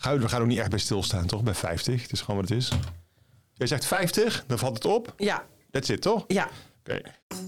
We gaan ook niet echt bij stilstaan, toch? Bij 50. Het is gewoon wat het is. Jij zegt 50, dan valt het op. Ja. That's it, toch? Ja. Oké.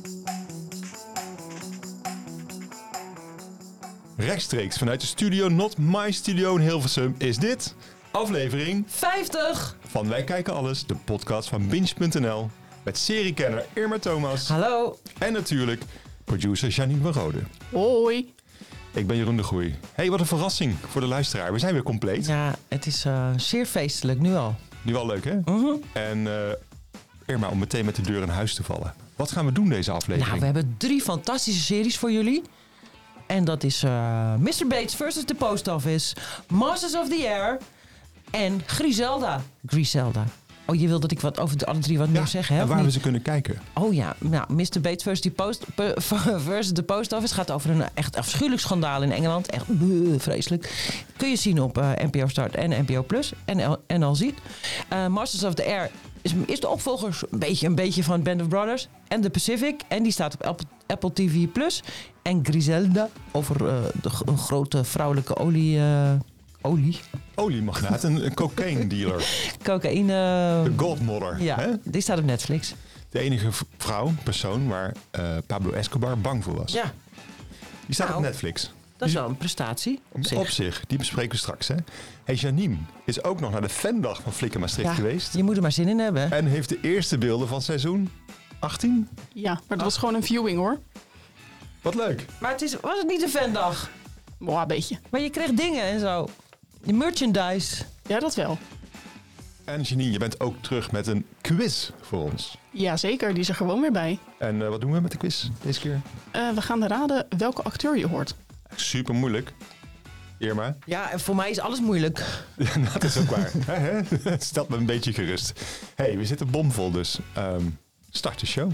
Rechtstreeks vanuit de studio Not My Studio in Hilversum is dit aflevering 50! van Wij Kijken Alles, de podcast van Binge.nl. Met seriekenner Irma Thomas. Hallo. En natuurlijk producer Janine van Rode. Hoi. Ik ben Jeroen de Groei. Hey, wat een verrassing voor de luisteraar. We zijn weer compleet. Ja, het is zeer feestelijk, nu al. Nu wel leuk, hè? Mm-hmm. En Irma, om meteen met de deur in huis te vallen. Wat gaan we doen deze aflevering? Nou, we hebben 3 fantastische series voor jullie. En dat is Mr. Bates vs. The Post Office, Masters of the Air en Griselda. Oh, je wil dat ik wat over de alle 3 wat meer zeg, hè? En waar we ze kunnen kijken. Oh ja, nou, Mr. Bates versus The Post Office gaat over een echt afschuwelijk schandaal in Engeland. Echt vreselijk. Kun je zien op NPO Start en NPO Plus en NL Ziet. Masters of the Air is de opvolger een beetje van Band of Brothers en The Pacific. En die staat op Apple TV Plus. En Griselda over een grote vrouwelijke Oliemagnaat, een cocaine dealer. Cocaïne. De Godmother. Ja, hè? die staat op Netflix. De enige persoon waar Pablo Escobar bang voor was. Ja, Die staat Nou, op Netflix. dat is wel een prestatie op zich. Die bespreken we straks. Hè? Hey, Janine is ook nog naar de fandag van Flikker Maastricht geweest. Je moet er maar zin in hebben. En heeft de eerste beelden van seizoen 18. Ja, maar het was gewoon een viewing hoor. Wat leuk. Maar was het niet een fandag? Boah, een beetje. Maar je kreeg dingen en zo. Je merchandise. Ja, dat wel. En Janine, je bent ook terug met een quiz voor ons. Ja, zeker. Die is er gewoon weer bij. En wat doen we met de quiz deze keer? We gaan raden welke acteur je hoort. Super moeilijk. Irma? Ja, en voor mij is alles moeilijk. Ja, dat is ook waar. Het stelt me een beetje gerust. Hey, we zitten bomvol dus. Start de show.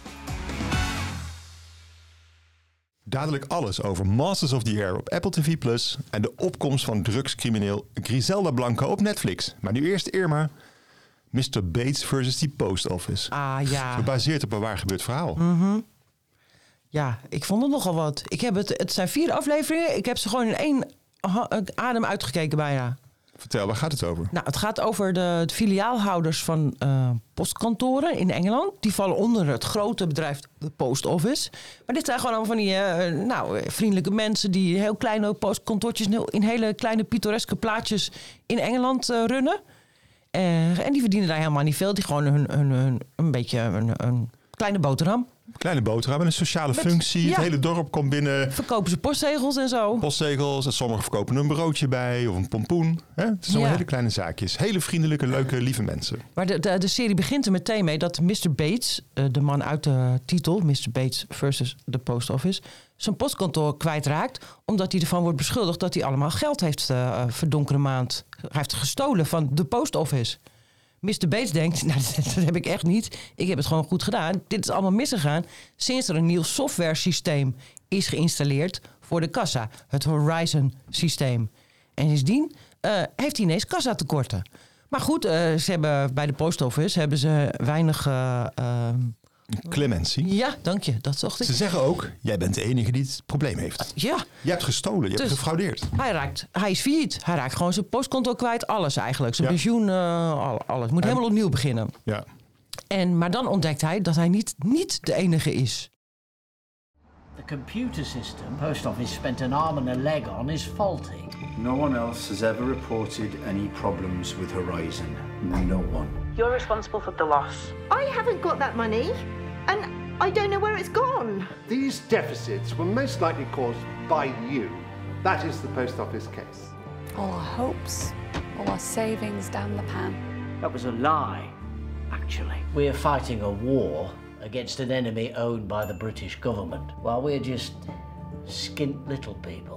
Dadelijk alles over Masters of the Air op Apple TV Plus en de opkomst van drugscrimineel Griselda Blanco op Netflix. Maar nu eerst Irma. Mr. Bates versus the Post Office. Ah ja. Gebaseerd op een waar gebeurd verhaal. Ja, ik vond het nogal wat. Het zijn 4 afleveringen. Ik heb ze gewoon in 1 adem uitgekeken bijna. Vertel, waar gaat het over? Nou, het gaat over de filiaalhouders van postkantoren in Engeland. Die vallen onder het grote bedrijf de Post Office. Maar dit zijn gewoon allemaal van die vriendelijke mensen die heel kleine postkantoortjes in hele kleine pittoreske plaatjes in Engeland runnen. En die verdienen daar helemaal niet veel. Die gewoon een beetje een kleine boterham. Kleine boterham en een sociale functie. ja. Het hele dorp komt binnen. Verkopen ze postzegels en zo. Postzegels en sommigen verkopen een broodje bij of een pompoen. Hè? Het zijn allemaal hele kleine zaakjes. Hele vriendelijke, leuke, lieve mensen. Maar de serie begint er meteen mee dat Mr. Bates, de man uit de titel, Mr. Bates versus the Post Office, zijn postkantoor kwijtraakt. Omdat hij ervan wordt beschuldigd dat hij allemaal geld heeft verdonkere maand. Hij heeft gestolen van de Post Office. Mr. Bates denkt, nou, dat heb ik echt niet. Ik heb het gewoon goed gedaan. Dit is allemaal misgegaan sinds er een nieuw software systeem is geïnstalleerd voor de kassa. Het Horizon systeem. En sindsdien heeft hij ineens kassatekorten. Maar goed, ze hebben bij de Post Office hebben ze weinig... Clemency. Ja, dank je. Dat zocht ik. Ze zeggen ook, jij bent de enige die het probleem heeft. Ja. Je hebt gestolen, je hebt gefraudeerd. Hij is failliet. Hij raakt gewoon zijn postkonto kwijt. Alles eigenlijk. Zijn pensioen, alles. Moet helemaal opnieuw beginnen. Ja. Maar dan ontdekt hij dat hij niet de enige is. The computer system Post Office spent an arm and a leg on is faulty. No one else has ever reported any problems with Horizon. No one. You're responsible for the loss. I haven't got that money, and I don't know where it's gone. These deficits were most likely caused by you. That is the Post Office case. All our hopes, all our savings down the pan. That was a lie, actually. We're fighting a war against an enemy owned by the British government, while we're just skint little people.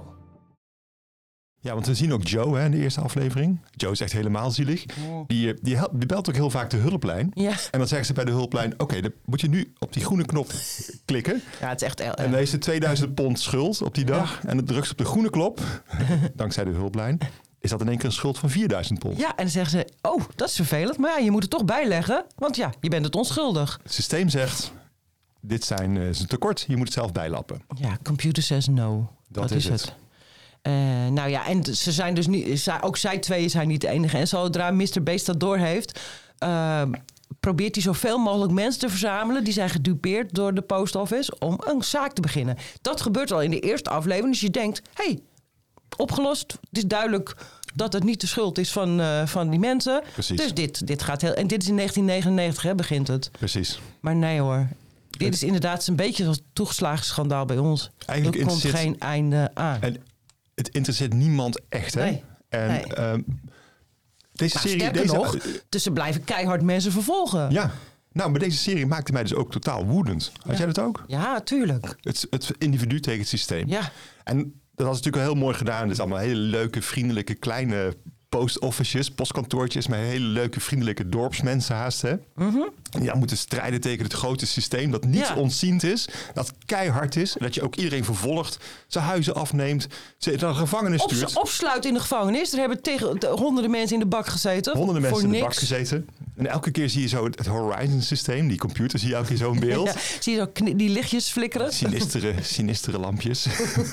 Ja, want we zien ook Joe in de eerste aflevering. Joe is echt helemaal zielig. Die belt ook heel vaak de hulplijn. Ja. En dan zeggen ze bij de hulplijn, oké, dan moet je nu op die groene knop klikken. Ja, het is echt... En dan is er 2000 pond schuld op die dag. Ja. En dan drukt ze op de groene knop, dankzij de hulplijn, is dat in één keer een schuld van 4000 pond. Ja, en dan zeggen ze, oh, dat is vervelend. Maar ja, je moet het toch bijleggen, want ja, je bent het onschuldig. Het systeem zegt, dit is een tekort, je moet het zelf bijlappen. Ja, computer says no. Dat is het. Nou ja, en ze zijn dus niet, ook zij tweeën zijn niet de enige. En zodra Mr. Bates dat doorheeft, probeert hij zoveel mogelijk mensen te verzamelen. Die zijn gedupeerd door de post office om een zaak te beginnen. Dat gebeurt al in de eerste aflevering. Dus je denkt, opgelost. Het is duidelijk dat het niet de schuld is van die mensen. Precies. Dus dit gaat heel... En dit is in 1999, begint het. Precies. Maar nee hoor. Dit is inderdaad een beetje als toegeslagen schandaal bij ons. Eigenlijk er komt geen einde aan. En het interesseert niemand echt, hè? Nee. En deze serie... Sterker nog, dus ze blijven keihard mensen vervolgen. Ja. Nou, maar deze serie maakte mij dus ook totaal woedend. Had jij dat ook? Ja, tuurlijk. Het individu tegen het systeem. Ja. En dat was natuurlijk wel heel mooi gedaan. Het is allemaal hele leuke, vriendelijke, kleine post-offices, postkantoortjes met hele leuke, vriendelijke dorpsmensen haast. Hè? Mm-hmm. Die moeten strijden tegen het grote systeem dat niet ontziend is, dat keihard is, dat je ook iedereen vervolgt, zijn huizen afneemt, ze naar de gevangenis stuurt. Opsluit in de gevangenis. Er hebben honderden mensen in de bak gezeten. Honderden mensen voor in de niks. bak gezeten. En elke keer zie je zo het Horizon-systeem, die computer zie je elke keer zo in beeld. Ja, zie je zo die lichtjes flikkeren? Sinistere lampjes.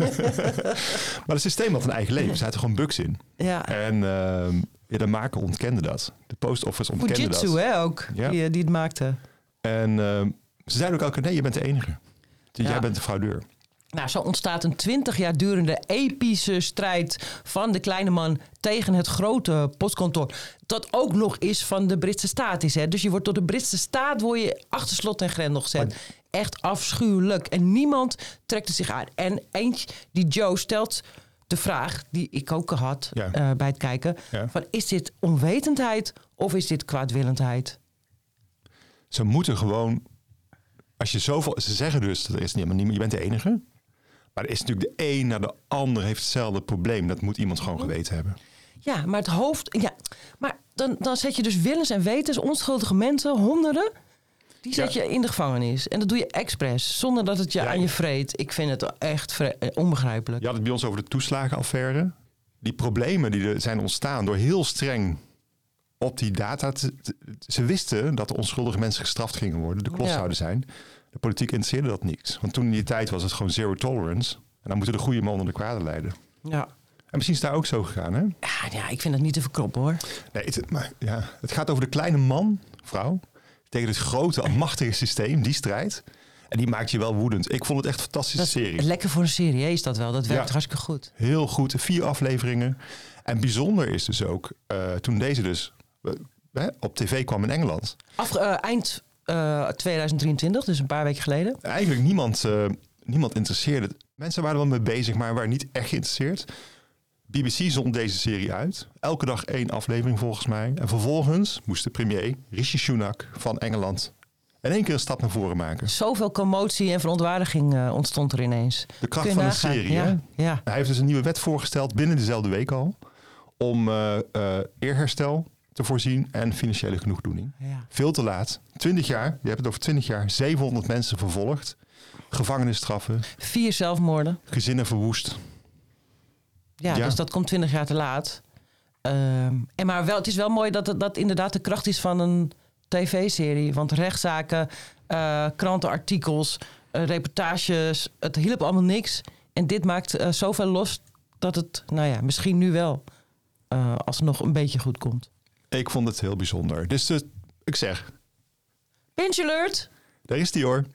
Maar het systeem had een eigen leven. Ze hadden gewoon bugs in. Ja. En de maker ontkende dat. De post office ontkende dat. Fujitsu, hè, ook. Ja. Die het maakte. En ze zeiden ook elke keer, nee, je bent de enige. Dus jij bent de fraudeur. Nou, zo ontstaat een 20 jaar durende epische strijd van de kleine man tegen het grote postkantoor. Dat ook nog is van de Britse staat is. Hè? Dus je wordt door de Britse staat achter slot en grendel gezet. Echt afschuwelijk. En niemand trekt het zich aan. En eentje, die Joe stelt de vraag, die ik ook had bij het kijken. Ja. Van, is dit onwetendheid of is dit kwaadwillendheid? Ze moeten gewoon... Als je zoveel... Ze zeggen dus, dat er is niemand, je bent de enige. Maar er is natuurlijk de een naar de ander heeft hetzelfde probleem. Dat moet iemand gewoon geweten hebben. Ja, maar het hoofd... Ja, maar dan zet je dus willens en wetens, onschuldige mensen, honderden... Die zet je in de gevangenis. En dat doe je expres, zonder dat het je aan je vreet. Ik vind het echt onbegrijpelijk. Je had het bij ons over de toeslagenaffaire. Die problemen die er zijn ontstaan door heel streng op die data. Ze wisten dat de onschuldige mensen gestraft gingen worden. De klos zouden zijn. De politiek interesseerde dat niks. Want toen in die tijd was het gewoon zero tolerance. En dan moeten de goede mannen de kwade leiden. Ja. En misschien is het daar ook zo gegaan, hè? Ja, ik vind het niet te verkroppen, hoor. Nee, het gaat over de kleine man, vrouw, tegen het grote, machtige systeem, die strijd. En die maakt je wel woedend. Ik vond het echt een fantastische serie. Lekker voor een serie, is dat wel. Dat werkt hartstikke goed. Heel goed. 4 afleveringen. En bijzonder is dus ook, toen deze dus op tv kwam in Engeland. Eind 2023, dus een paar weken geleden. Eigenlijk niemand interesseerde. Mensen waren er wel mee bezig, maar waren niet echt geïnteresseerd. BBC zond deze serie uit. Elke dag 1 aflevering volgens mij. En vervolgens moest de premier, Rishi Sunak van Engeland, in 1 keer een stap naar voren maken. Zoveel commotie en verontwaardiging ontstond er ineens. De kracht van de serie. Ja. Ja. Hij heeft dus een nieuwe wet voorgesteld binnen dezelfde week al. Om eerherstel te voorzien en financiële genoegdoening. Ja. Veel te laat. 20 jaar, je hebt het over 20 jaar. 700 mensen vervolgd. Gevangenisstraffen. 4 zelfmoorden. Gezinnen verwoest. Ja, dus dat komt 20 jaar te laat. Maar het is wel mooi dat inderdaad de kracht is van een tv-serie. Want rechtszaken, krantenartikels, reportages, het hielp allemaal niks. En dit maakt zoveel los dat het, misschien nu wel alsnog een beetje goed komt. Ik vond het heel bijzonder. Dus ik zeg... Binge alert! Daar is die, hoor.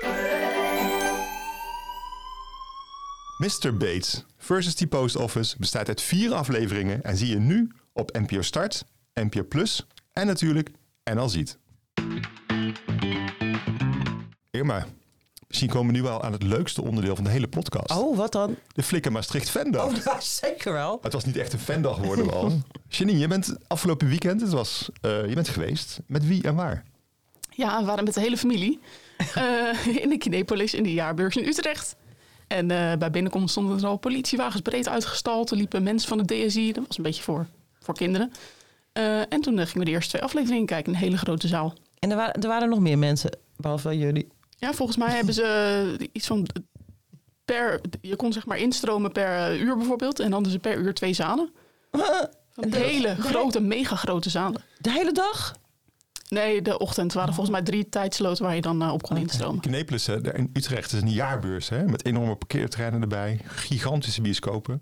Mr. Bates versus The Post Office bestaat uit 4 afleveringen en zie je nu op NPO Start, NPO Plus en natuurlijk NL Ziet. Irma, misschien komen we nu wel aan het leukste onderdeel van de hele podcast. Oh, wat dan? De Flikker Maastricht Fandag. Oh, dat zeker wel. Het was niet echt een fandag geworden al. Janine, je bent afgelopen weekend, je bent geweest. Met wie en waar? Ja, we waren met de hele familie in de Kinepolis in de jaarbeurs in Utrecht. En bij binnenkomst stonden er al politiewagens breed uitgestald. Er liepen mensen van de DSI. Dat was een beetje voor kinderen. En toen gingen we de eerste 2 afleveringen kijken in een hele grote zaal. En er waren nog meer mensen, behalve jullie? Ja, volgens mij hebben ze iets van je kon zeg maar instromen per uur bijvoorbeeld. En dan hadden ze per uur 2 zalen. Van hele grote, mega grote zalen. De hele dag? Nee, de ochtend waren volgens mij 3 tijdsloten waar je dan op kon instromen. Kinepolis in Utrecht is een jaarbeurs, hè, met enorme parkeerterreinen erbij. Gigantische bioscopen.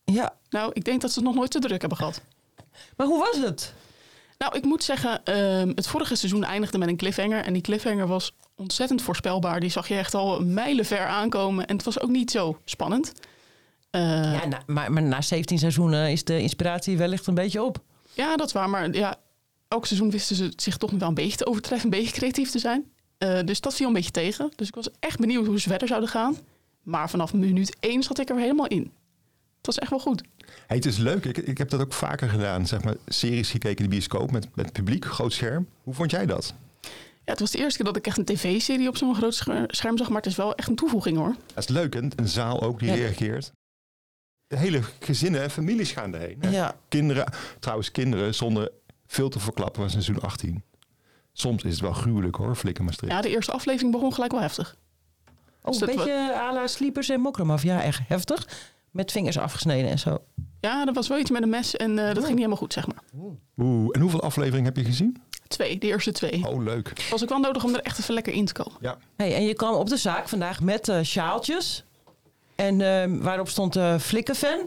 Ja. Nou, ik denk dat ze het nog nooit te druk hebben gehad. Maar hoe was het? Nou, ik moet zeggen, het vorige seizoen eindigde met een cliffhanger. En die cliffhanger was ontzettend voorspelbaar. Die zag je echt al mijlenver aankomen. En het was ook niet zo spannend. Maar na 17 seizoenen is de inspiratie wellicht een beetje op. Ja, dat is waar. Maar ja, elk seizoen wisten ze zich toch wel een beetje te overtreffen. Een beetje creatief te zijn. Dus dat viel een beetje tegen. Dus ik was echt benieuwd hoe ze verder zouden gaan. Maar vanaf minuut 1 zat ik er weer helemaal in. Het was echt wel goed. Hey, het is leuk. Ik heb dat ook vaker gedaan. Zeg maar, series gekeken in de bioscoop met publiek, groot scherm. Hoe vond jij dat? Ja, het was de eerste keer dat ik echt een tv-serie op zo'n groot scherm zag. Maar het is wel echt een toevoeging, hoor. Dat is leuk. Een zaal ook die reageert. De hele gezinnen en families gaan erheen. Hè? Ja. Kinderen zonder veel te verklappen van seizoen 18. Soms is het wel gruwelijk, hoor, Flikken Maastricht. Ja, de eerste aflevering begon gelijk wel heftig. Oh, een beetje à la Sleepers en Mokromaf. Ja, echt heftig. Met vingers afgesneden en zo. Ja, dat was wel iets met een mes en dat ging niet helemaal goed, zeg maar. En hoeveel afleveringen heb je gezien? 2, de eerste 2. Oh, leuk. Het was ook wel nodig om er echt even lekker in te komen. Ja. Hey, en je kwam op de zaak vandaag met sjaaltjes. En waarop stond Flikkenfan.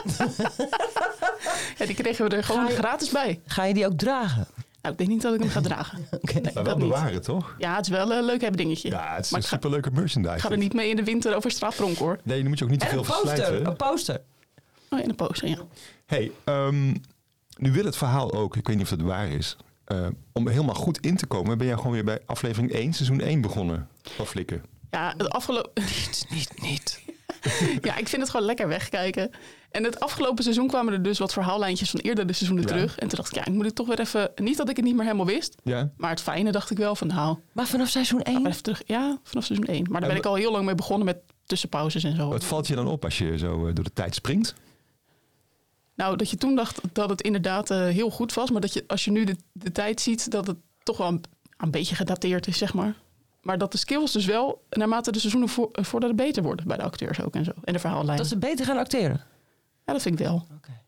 Ja, die kregen we er gewoon gratis bij. Ga je die ook dragen? Nou, ik denk niet dat ik hem ga dragen. Okay. Nee, maar wel bewaren, toch? Ja, het is wel een leuk hebben dingetje. Ja, het is maar een superleuke merchandise. Ik ga er niet mee in de winter over straat pronken, hoor. Nee, dan moet je ook niet te veel verslijten. Een poster. Oh, in een poster, ja. Hey, nu wil het verhaal ook, ik weet niet of het waar is, om er helemaal goed in te komen, ben jij gewoon weer bij aflevering 1, seizoen 1 begonnen van Flikken. Ja, het afgelopen... Niet. Ja, ik vind het gewoon lekker wegkijken. En het afgelopen seizoen kwamen er dus wat verhaallijntjes van eerder de seizoenen terug. En toen dacht ik, ja, ik moet het toch weer even... Niet dat ik het niet meer helemaal wist. Ja. Maar het fijne dacht ik wel van, nou... Maar vanaf seizoen 1? Even terug. Ja, vanaf seizoen 1. Maar daar ben ik al heel lang mee begonnen met tussenpauzes en zo. Wat valt je dan op als je zo door de tijd springt? Nou, dat je toen dacht dat het inderdaad heel goed was. Maar dat je, als je nu de tijd ziet, dat het toch wel een beetje gedateerd is, zeg maar. Maar dat de skills dus wel, naarmate de seizoenen voordat het beter worden bij de acteurs ook en zo. En de verhaallijnen. Dat ze beter gaan acteren? Ja, dat vind ik wel. Okay.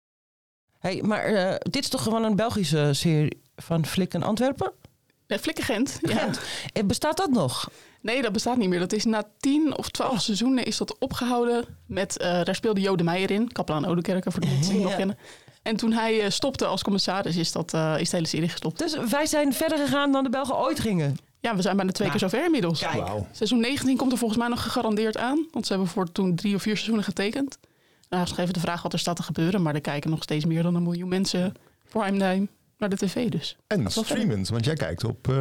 Hey, maar dit is toch gewoon een Belgische serie van Flikken Antwerpen? Nee, Flikken Gent. Ja. Bestaat dat nog? Nee, dat bestaat niet meer. Dat is na 10 of 12 seizoenen is dat opgehouden. Daar speelde Jo de Meijer in. Kapelaan Oudekerke, voor de mensen die nog kennen. En toen hij stopte als commissaris, is de hele serie gestopt. Dus wij zijn verder gegaan dan de Belgen ooit gingen? Ja, we zijn bijna 2 keer zover inmiddels. Wow. Seizoen 19 komt er volgens mij nog gegarandeerd aan. Want ze hebben voor toen 3 of 4 seizoenen getekend. Nou, is nog even de vraag wat er staat te gebeuren. Maar er kijken nog steeds meer dan 1 miljoen mensen primetime naar de tv dus. En streamend, want jij kijkt op...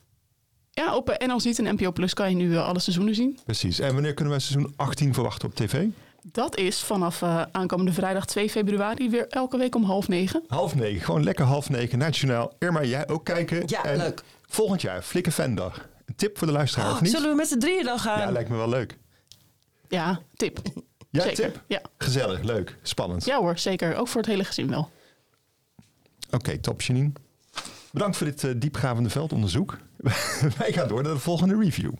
Ja, op NL Ziet en NPO Plus kan je nu alle seizoenen zien. Precies. En wanneer kunnen wij seizoen 18 verwachten op tv? Dat is vanaf aankomende vrijdag 2 februari weer elke week om 8:30. 8:30, gewoon lekker 8:30 nationaal. Irma, jij ook kijken. Ja, en leuk. Volgend jaar, Flikken Fandag. Een tip voor de luisteraar, of niet? Zullen we met z'n drieën dan gaan? Ja, lijkt me wel leuk. Ja, tip. Ja, zeker. tip? Ja. Gezellig, leuk, spannend. Ja hoor, zeker. Ook voor het hele gezin wel. Oké, top, Janine. Bedankt voor dit diepgravende veldonderzoek. Wij gaan door naar de volgende review.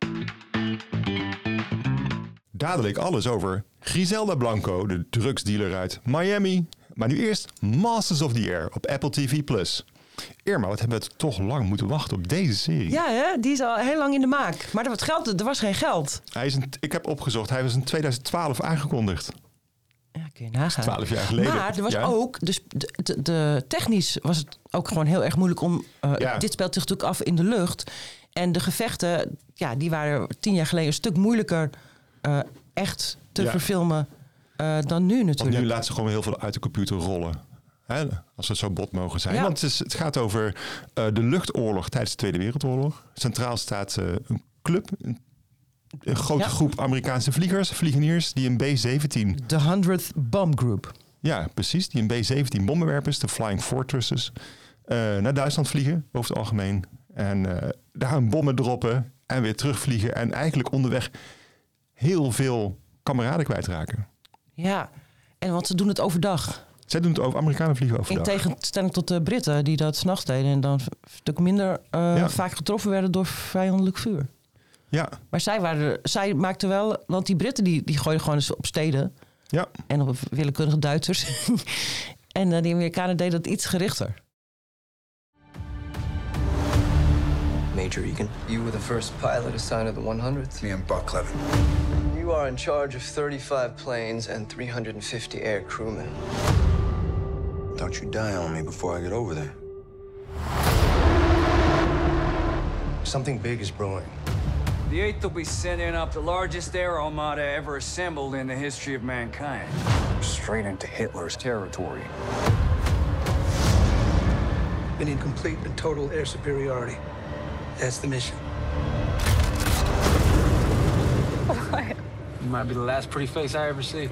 Dadelijk alles over Griselda Blanco, de drugsdealer uit Miami. Maar nu eerst Masters of the Air op Apple TV+. Irma, wat hebben we toch lang moeten wachten op deze serie? Ja, hè? Die is al heel lang in de maak. Maar er was geen geld. Ik heb opgezocht, hij was in 2012 aangekondigd. Ja, kun je nagaan. 12 jaar geleden. Maar er was ook, dus de technisch was het ook gewoon heel erg moeilijk om... Dit speelt zich natuurlijk af in de lucht. En de gevechten, ja, die waren 10 jaar geleden een stuk moeilijker echt te verfilmen dan nu natuurlijk. Want nu laten ze gewoon heel veel uit de computer rollen. Hè? Als we zo bot mogen zijn. Ja. Want het gaat over de luchtoorlog tijdens de Tweede Wereldoorlog. Centraal staat een club, een grote groep Amerikaanse vliegeniers die een B-17... De 100th Bomb Group. Ja, precies. Die een B-17 bommenwerpers, de Flying Fortresses, naar Duitsland vliegen, over het algemeen. En daar hun bommen droppen en weer terugvliegen. En eigenlijk onderweg heel veel kameraden kwijtraken. Ja, en want ze doen het overdag. Zij doen het over, Amerikanen vliegen overdag. In tegenstelling tot de Britten die dat 's nachts deden en dan een stuk minder vaak getroffen werden door vijandelijk vuur. Ja. Maar zij maakten wel, want die Britten die gooiden gewoon eens op steden. Ja. En op willekeurige Duitsers. En die Amerikanen deden dat iets gerichter. Major Egan. You were the first pilot assigned to the 100th? Me and Buck Levin. You are in charge of 35 planes and 350 air crewmen. Don't you die on me before I get over there. Something big is brewing. The 8th will be sending up the largest air armada ever assembled in the history of mankind. Straight into Hitler's territory. We need complete and total air superiority. That's the mission. What? You might be the last pretty face I ever see.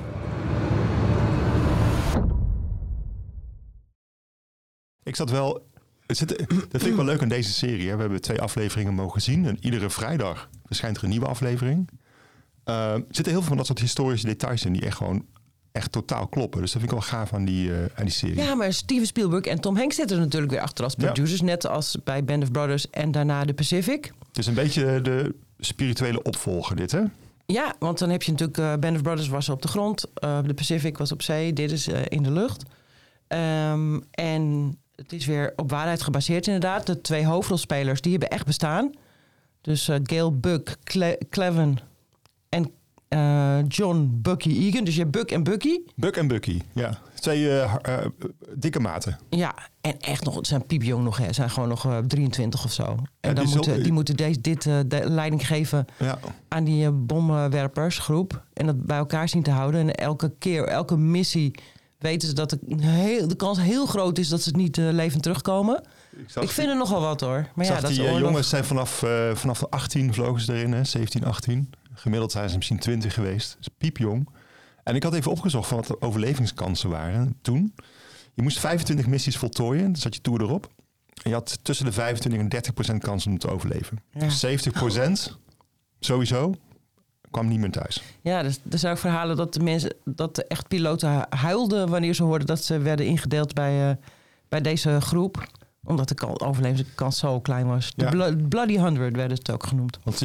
Ik zat wel... Dat vind ik wel leuk aan deze serie. Hè. We hebben 2 afleveringen mogen zien. En iedere vrijdag verschijnt er een nieuwe aflevering. Er zitten heel veel van dat soort historische details in... die echt totaal kloppen. Dus dat vind ik wel gaaf aan die serie. Ja, maar Steven Spielberg en Tom Hanks zitten er natuurlijk weer achter als producers. Ja. Net als bij Band of Brothers en daarna The Pacific. Het is een beetje de spirituele opvolger dit, hè? Ja, want dan heb je natuurlijk... Band of Brothers was op de grond. The Pacific was op zee. Dit is in de lucht. En... Het is weer op waarheid gebaseerd inderdaad. De 2 hoofdrolspelers, die hebben echt bestaan. Dus Gail Buck, Cleven en John Bucky Egan. Dus je hebt Buck en Bucky. Buck en Bucky, ja. 2 dikke maten. Ja, en echt nog, ze zijn piepjong nog. Ze zijn gewoon nog 23 of zo. En dan die moeten de leiding geven aan die bommenwerpersgroep. En dat bij elkaar zien te houden. En elke missie... weten ze dat de kans heel groot is dat ze het niet levend terugkomen. Ik vind er nogal wat hoor. Maar ja, dat die jongens zijn vanaf de 18 vlogen ze erin, hè? 17, 18. Gemiddeld zijn ze misschien 20 geweest. Dat is piepjong. En ik had even opgezocht van wat de overlevingskansen waren toen. Je moest 25 missies voltooien, dan zat je toer erop. En je had tussen de 25 en 30% kans om te overleven. Ja. Dus 70% sowieso... kwam niet meer thuis. Ja, dus er zijn ook verhalen dat de echt piloten huilden wanneer ze hoorden dat ze werden ingedeeld bij deze groep. Omdat de overlevingskans zo klein was. De Bloody 100 werden het ook genoemd. Want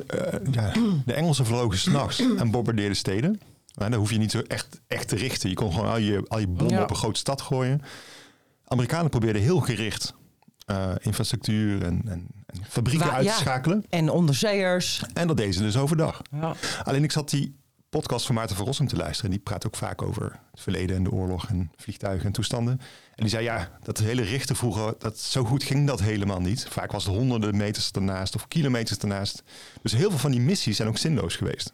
de Engelsen vlogen 's nachts en bombardeerden steden. En dan hoef je niet zo echt te richten. Je kon gewoon al je bommen op een grote stad gooien. Amerikanen probeerden heel gericht infrastructuur en fabrieken uit te schakelen. En onderzeeërs. En dat deden ze dus overdag. Ja. Alleen ik zat die podcast van Maarten van Rossum te luisteren. Die praat ook vaak over het verleden en de oorlog en vliegtuigen en toestanden. En die zei dat hele richten vroeger, zo goed ging dat helemaal niet. Vaak was het honderden meters ernaast of kilometers ernaast. Dus heel veel van die missies zijn ook zinloos geweest.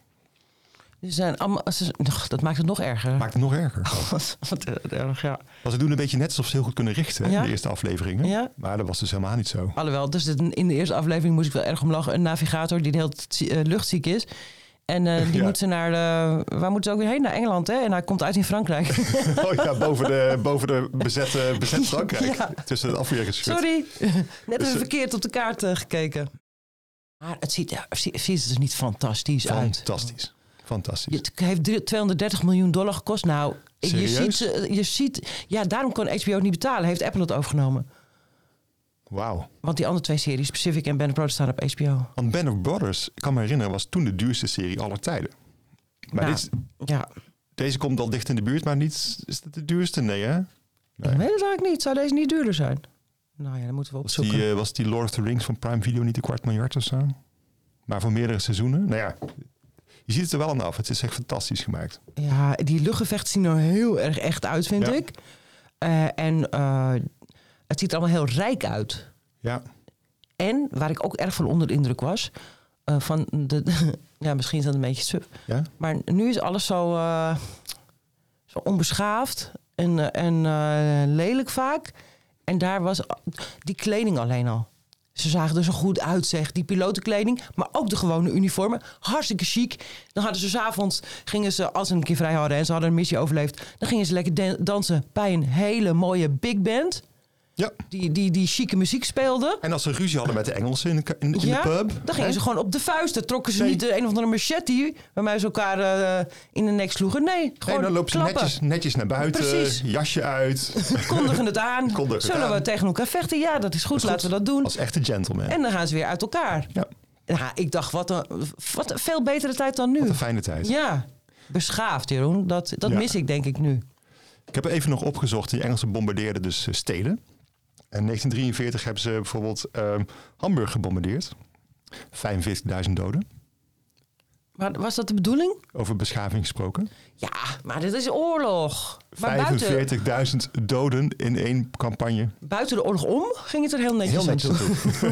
Dat maakt het nog erger. Maakt het nog erger. Wat erg, ja. Maar ze doen een beetje net alsof ze heel goed kunnen richten in de eerste afleveringen. Ja. Maar dat was dus helemaal niet zo. Alhoewel, dus in de eerste aflevering moest ik wel erg om lachen. Een navigator die heel luchtziek is. En die moet ze naar waar moeten ze ook weer heen? Naar Engeland, hè? En hij komt uit in Frankrijk. Oh ja, boven de bezet Frankrijk. Ja. Tussen het afweergeschut. Sorry, net even verkeerd op de kaart gekeken. Maar het ziet er dus niet fantastisch uit. Fantastisch. Fantastisch. Het heeft $230 miljoen gekost. Nou, je ziet... Ja, daarom kon HBO het niet betalen. Heeft Apple het overgenomen. Wauw. Want die andere 2 series, Pacific en Band of Brothers, staan op HBO. Want Band of Brothers, ik kan me herinneren, was toen de duurste serie aller tijden. Maar deze komt al dicht in de buurt, maar niet... Is het de duurste? Nee, hè? Nee. Ik weet het eigenlijk niet. Zou deze niet duurder zijn? Nou ja, dan moeten we opzoeken. Was die Lord of the Rings van Prime Video niet $250 miljoen of zo? Maar voor meerdere seizoenen? Nou ja... Je ziet het er wel aan af. Het is echt fantastisch gemaakt. Ja, die luchtgevechten zien er heel erg echt uit, vind ik. Het ziet er allemaal heel rijk uit. Ja. En waar ik ook erg van onder de indruk was... misschien is dat een beetje suf. Ja? Maar nu is alles zo onbeschaafd en lelijk vaak. En daar was die kleding alleen al. Ze zagen er zo goed uit, zeg. Die pilotenkleding, maar ook de gewone uniformen. Hartstikke chic. Dan hadden ze 's avonds, gingen ze, als ze een keer vrij hadden... en ze hadden een missie overleefd... dan gingen ze lekker dansen bij een hele mooie big band... Ja. Die chique muziek speelde. En als ze ruzie hadden met de Engelsen in de pub... dan gingen ze gewoon op de vuisten. Trokken ze niet een of andere machete... waarmee ze elkaar in de nek sloegen. Nee, gewoon dan lopen ze netjes naar buiten. Precies. Jasje uit. Kondigen het aan. Zullen we tegen elkaar vechten? Ja, dat is goed. Laten we dat doen. Als echte gentleman. En dan gaan ze weer uit elkaar. Ja. Ja, ik dacht, wat een veel betere tijd dan nu. Wat een fijne tijd. Ja, beschaafd, Jeroen. Dat mis ik denk ik nu. Ik heb even nog opgezocht. Die Engelsen bombardeerden dus steden. in 1943 hebben ze bijvoorbeeld Hamburg gebombardeerd. 45.000 doden. Maar was dat de bedoeling? Over beschaving gesproken. Ja, maar dit is oorlog. 45.000 doden in 1 campagne. Buiten de oorlog om ging het er heel netjes aan toe.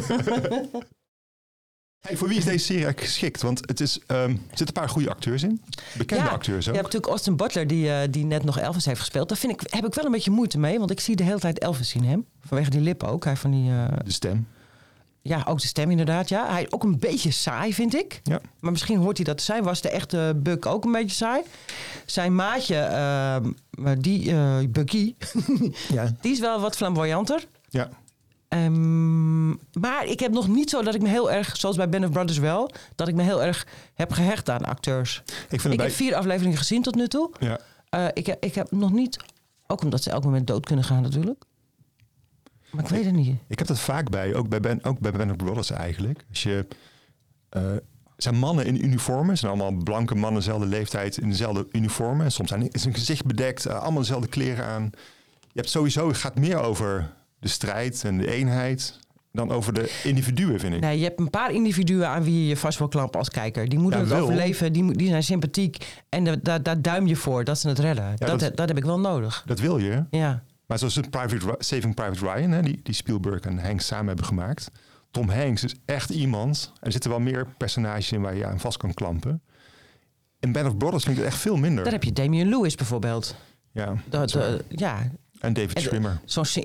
Hey, voor wie is deze serie eigenlijk geschikt? Want er zitten een paar goede acteurs in. Bekende acteurs ook. Je hebt natuurlijk Austin Butler die net nog Elvis heeft gespeeld. Daar heb ik wel een beetje moeite mee. Want ik zie de hele tijd Elvis in hem. Vanwege die lippen ook. Hij van die, de stem. Ja, ook de stem inderdaad. Ja. Hij is ook een beetje saai, vind ik. Ja. Maar misschien hoort hij dat te zijn. Was de echte Buck ook een beetje saai? Zijn maatje, Bucky, die is wel wat flamboyanter. Ja. Maar ik heb nog niet zo dat ik me heel erg, zoals bij Band of Brothers wel, dat ik me heel erg heb gehecht aan acteurs. Ik heb 4 afleveringen gezien tot nu toe. Ja. Ik heb nog niet, ook omdat ze elk moment dood kunnen gaan natuurlijk. Maar ik weet het niet. Ik heb dat vaak bij, ook bij Band of Brothers eigenlijk. Als je, zijn mannen in uniformen, zijn allemaal blanke mannen, dezelfde leeftijd in dezelfde uniformen. En soms is hun gezicht bedekt, allemaal dezelfde kleren aan. Je hebt sowieso, het gaat meer over de strijd en de eenheid dan over de individuen, vind ik. Nee, je hebt een paar individuen aan wie je je vast wil klampen als kijker. Die moeten het overleven, die zijn sympathiek. En daar duim je voor, dat ze het redden. Ja, dat heb ik wel nodig. Dat wil je. Ja. Maar zoals Saving Private Ryan, hè, die Spielberg en Hanks samen hebben gemaakt. Tom Hanks is echt iemand. Er zitten wel meer personages in waar je aan vast kan klampen. In Band of Brothers vind ik het echt veel minder. Daar heb je Damian Lewis bijvoorbeeld. Ja, ja. En David Schwimmer.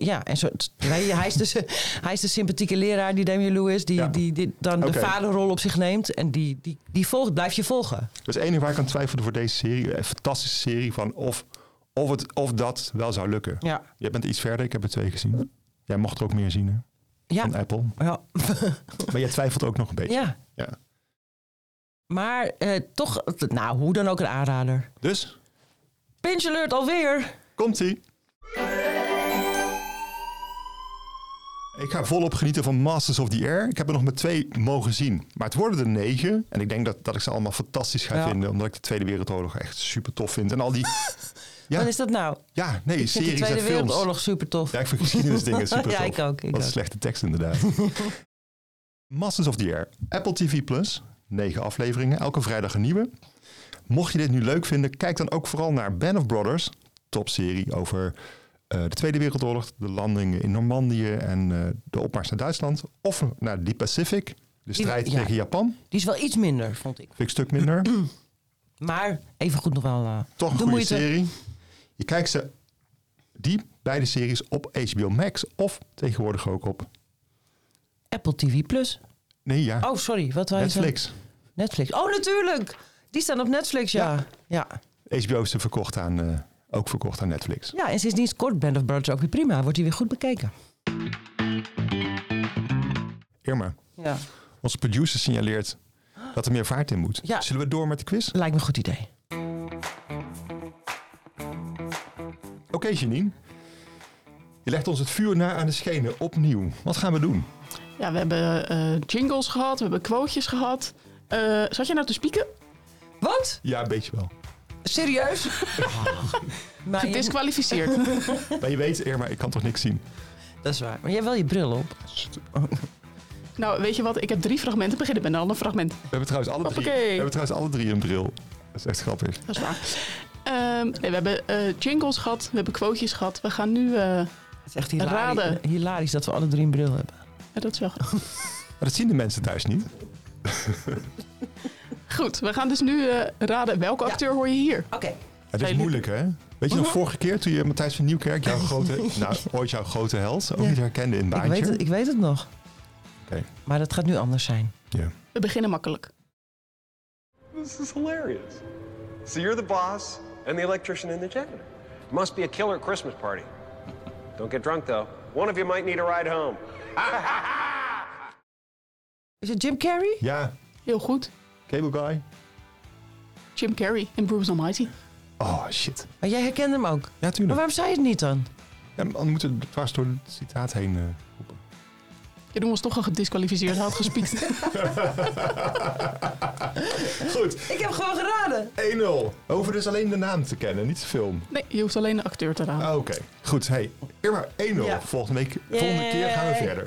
Hij is de sympathieke leraar, die Damian Lewis, die dan de vaderrol op zich neemt. En die blijf je volgen. Dat is het enige waar ik aan twijfelde voor deze serie. Een fantastische serie van of dat wel zou lukken. Ja. Jij bent iets verder, ik heb er 2 gezien. Jij mocht er ook meer zien, hè? Ja. Van Apple. Ja. Maar jij twijfelt ook nog een beetje. Ja. Maar toch, nou, hoe dan ook een aanrader. Dus? Pinch Alert alweer. Komt-ie. Ik ga volop genieten van Masters of the Air. Ik heb er nog maar 2 mogen zien. Maar het worden er 9. En ik denk dat ik ze allemaal fantastisch ga vinden. Omdat ik de Tweede Wereldoorlog echt super tof vind. En al die... Ja. Wat is dat nou? Ja, nee, ik series en films. de Tweede Wereldoorlog super tof. Ja, ik vind geschiedenisdingen super tof. Ja, ik ook. Wat een slechte tekst inderdaad. Masters of the Air. Apple TV+. 9 afleveringen. Elke vrijdag een nieuwe. Mocht je dit nu leuk vinden, kijk dan ook vooral naar Band of Brothers. Topserie over de Tweede Wereldoorlog. De landingen in Normandië en de opmars naar Duitsland. Of naar die Pacific. De strijd tegen Japan. Die is wel iets minder, vond ik. Vind ik een stuk minder. Maar even goed nog wel... toch een goede serie. Je kijkt ze beide series op HBO Max of tegenwoordig ook op... Apple TV+. Nee, ja. Oh, sorry. Wat was Netflix. Netflix. Oh, natuurlijk. Die staan op Netflix, ja. HBO is ook verkocht aan Netflix. Ja, en sindsdien scoort Band of Brothers ook weer prima. Wordt hij weer goed bekeken. Irma. Ja. Onze producer signaleert dat er meer vaart in moet. Ja. Zullen we door met de quiz? Lijkt me een goed idee. Oké, Janine. Je legt ons het vuur na aan de schenen opnieuw. Wat gaan we doen? Ja, we hebben jingles gehad, we hebben quotejes gehad. Zat je nou te spieken? Wat? Ja, een beetje wel. Serieus? Gedisqualificeerd. Maar je weet, Irma, ik kan toch niks zien? Dat is waar. Maar jij hebt wel je bril op. Nou, weet je wat? Ik heb 3 fragmenten. Beginnen met een ander fragment. We hebben trouwens alle drie een bril. Dat is echt grappig. Dat is waar. We hebben jingles gehad. We hebben quotejes gehad. We gaan nu het is echt raden. Hilarisch dat we alle 3 een bril hebben. Ja, dat is wel Maar dat zien de mensen thuis niet. Goed, we gaan dus nu raden welke acteur hoor je hier. Oké. Het is moeilijk, hè? Weet je nog vorige keer toen je Matthijs van Nieuwkerk, ooit jouw grote held, ook niet herkende in Baantje? Ik weet het nog. Okay. Maar dat gaat nu anders zijn. Yeah. We beginnen makkelijk. This is hilarious. So you're the boss and the electrician and the janitor. Must be a killer Christmas party. Don't get drunk though. One of you might need a ride home. Is het Jim Carrey? Ja. Heel goed. Cable Guy. Jim Carrey in Bruce Almighty. Oh, shit. Maar jij herkende hem ook? Ja, tuurlijk. Maar waarom zei je het niet dan? Ja, dan moeten we dwars door het citaat heen roepen. Jeroen was toch al gedisqualificeerd, had gespiekt. Goed. Ik heb gewoon geraden. 1-0. We hoeven dus alleen de naam te kennen, niet de film. Nee, je hoeft alleen de acteur te raden. Oké, goed. Goed, hey, Irma 1-0. Ja. Volgende keer gaan we verder.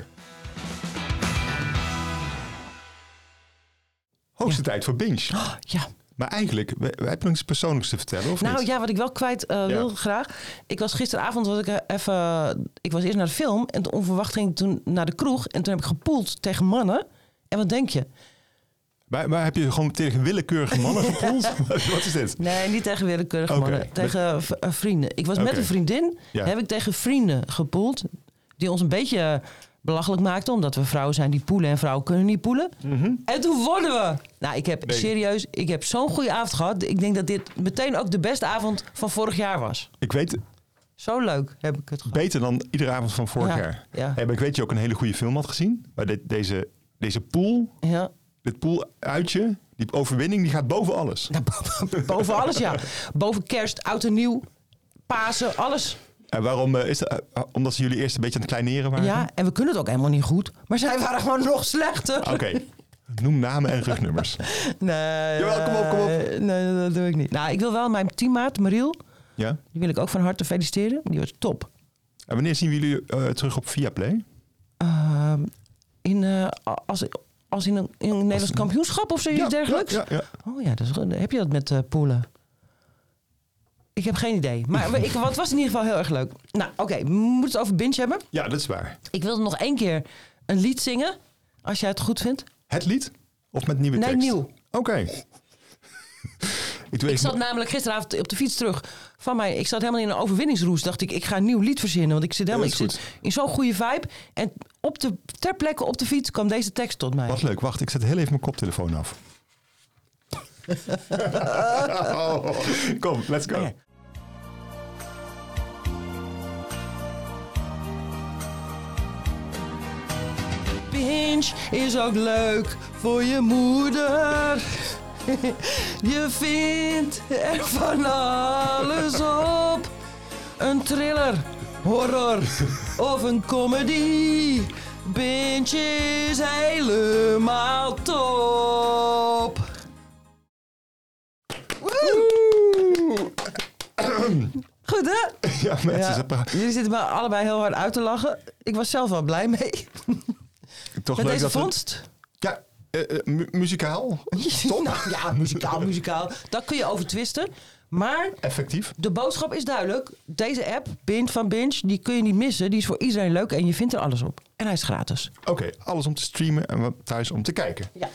Hoogste tijd voor binge. Ja. Maar eigenlijk, we hebben nog iets persoonlijks te vertellen, of niet? Ja, wat ik wel kwijt wil graag. Ik was gisteravond, ik was eerst naar de film en onverwacht ging ik toen naar de kroeg. En toen heb ik gepoeld tegen mannen. En wat denk je? Maar heb je gewoon tegen willekeurige mannen gepoeld? Wat is dit? Nee, niet tegen willekeurige mannen. Tegen vrienden. Ik was met een vriendin. Ja. Heb ik tegen vrienden gepoeld. Die ons een beetje belachelijk maakten. Omdat we vrouwen zijn die poelen en vrouwen kunnen niet poelen. Mm-hmm. En toen wonnen we. Nou, ik heb zo'n goede avond gehad. Ik denk dat dit meteen ook de beste avond van vorig jaar was. Ik weet... Zo leuk heb ik het gehad. Beter dan iedere avond van vorig jaar. Ja. Hey, maar ik weet dat je ook een hele goede film had gezien. Maar deze pool... Ja. Dit pooluitje, die overwinning, die gaat boven alles. Ja, boven alles, ja. Boven kerst, oud en nieuw, Pasen, alles. En waarom is dat? Omdat ze jullie eerst een beetje aan het kleineren waren? Ja, en we kunnen het ook helemaal niet goed. Maar zij waren gewoon nog slechter. Oké. Noem namen en rugnummers. Nee. Jawel, kom op. Nee, dat doe ik niet. Nou, ik wil wel mijn teammaat, Mariel. Ja? Die wil ik ook van harte feliciteren. Die was top. En wanneer zien we jullie terug op Viaplay? Als in een Nederlands kampioenschap of zoiets dergelijks? Ja. Oh ja, heb je dat met poelen? Ik heb geen idee. Maar wat was in ieder geval heel erg leuk. Nou, oké. We moeten het over binge hebben. Ja, dat is waar. Ik wilde nog 1 keer een lied zingen. Als jij het goed vindt. Het lied? Of met nieuwe tekst? Nee, nieuw. Oké. Ik zat namelijk gisteravond op de fiets terug van mij. Ik zat helemaal in een overwinningsroes. Dacht ik ga een nieuw lied verzinnen. Want ik zit in zo'n goede vibe. En ter plekke op de fiets kwam deze tekst tot mij. Wat leuk. Wacht, ik zet heel even mijn koptelefoon af. Kom, let's go. Okay. Binge is ook leuk voor je moeder. Je vindt er van alles op. Een thriller, horror of een comedy. Binge is helemaal top. Goed, hè? Ja, mensen. Ja. Jullie zitten me allebei heel hard uit te lachen. Ik was zelf wel blij mee. Toch met leuk deze dat vondst? Ja, muzikaal. Nou, ja, muzikaal. Daar kun je over twisten. Maar effectief. De boodschap is duidelijk. Deze app, van Binge, die kun je niet missen. Die is voor iedereen leuk en je vindt er alles op. En hij is gratis. Oké, alles om te streamen en thuis om te kijken. Ja.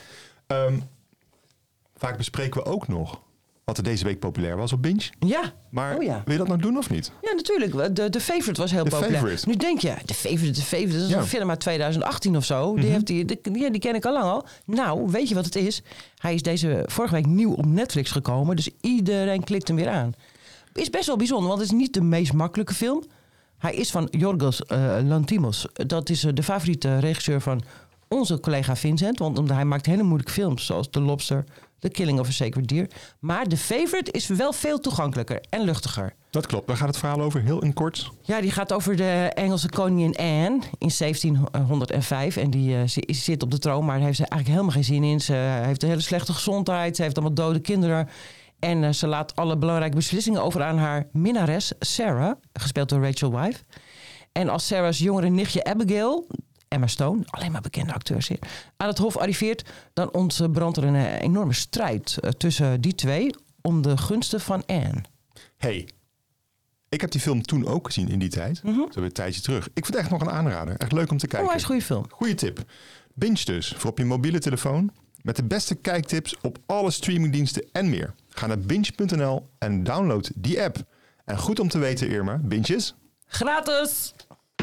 Vaak bespreken we ook nog wat er deze week populair was op Binge. Ja. Maar wil je dat nog doen of niet? Ja, natuurlijk. De Favorite was heel populair. Favorite. Nu denk je, de Favorite, dat is een film uit 2018 of zo. Mm-hmm. Die ken ik al lang al. Nou, weet je wat het is? Hij is vorige week nieuw op Netflix gekomen. Dus iedereen klikt hem weer aan. Is best wel bijzonder, want het is niet de meest makkelijke film. Hij is van Yorgos Lanthimos. Dat is de favoriete regisseur van onze collega Vincent. Want hij maakt hele moeilijke films, zoals The Lobster, The Killing of a Sacred Deer. Maar The Favorite is wel veel toegankelijker en luchtiger. Dat klopt. Daar gaat het verhaal over, heel in kort. Ja, die gaat over de Engelse koningin Anne in 1705. En die zit op de troon, maar daar heeft ze eigenlijk helemaal geen zin in. Ze heeft een hele slechte gezondheid. Ze heeft allemaal dode kinderen. En ze laat alle belangrijke beslissingen over aan haar minnares Sarah, gespeeld door Rachel Weisz. En als Sarah's jongere nichtje Abigail, Emma Stone, alleen maar bekende acteurs hier, aan het hof arriveert, dan ontbrandt er een enorme strijd tussen die twee om de gunsten van Anne. Hey, ik heb die film toen ook gezien in die tijd. Mm-hmm. Zo weer een tijdje terug. Ik vind het echt nog een aanrader. Echt leuk om te kijken. Oh, hij is een goede film. Goeie tip. Binge dus, voor op je mobiele telefoon. Met de beste kijktips op alle streamingdiensten en meer. Ga naar binge.nl en download die app. En goed om te weten, Irma, Binge is gratis!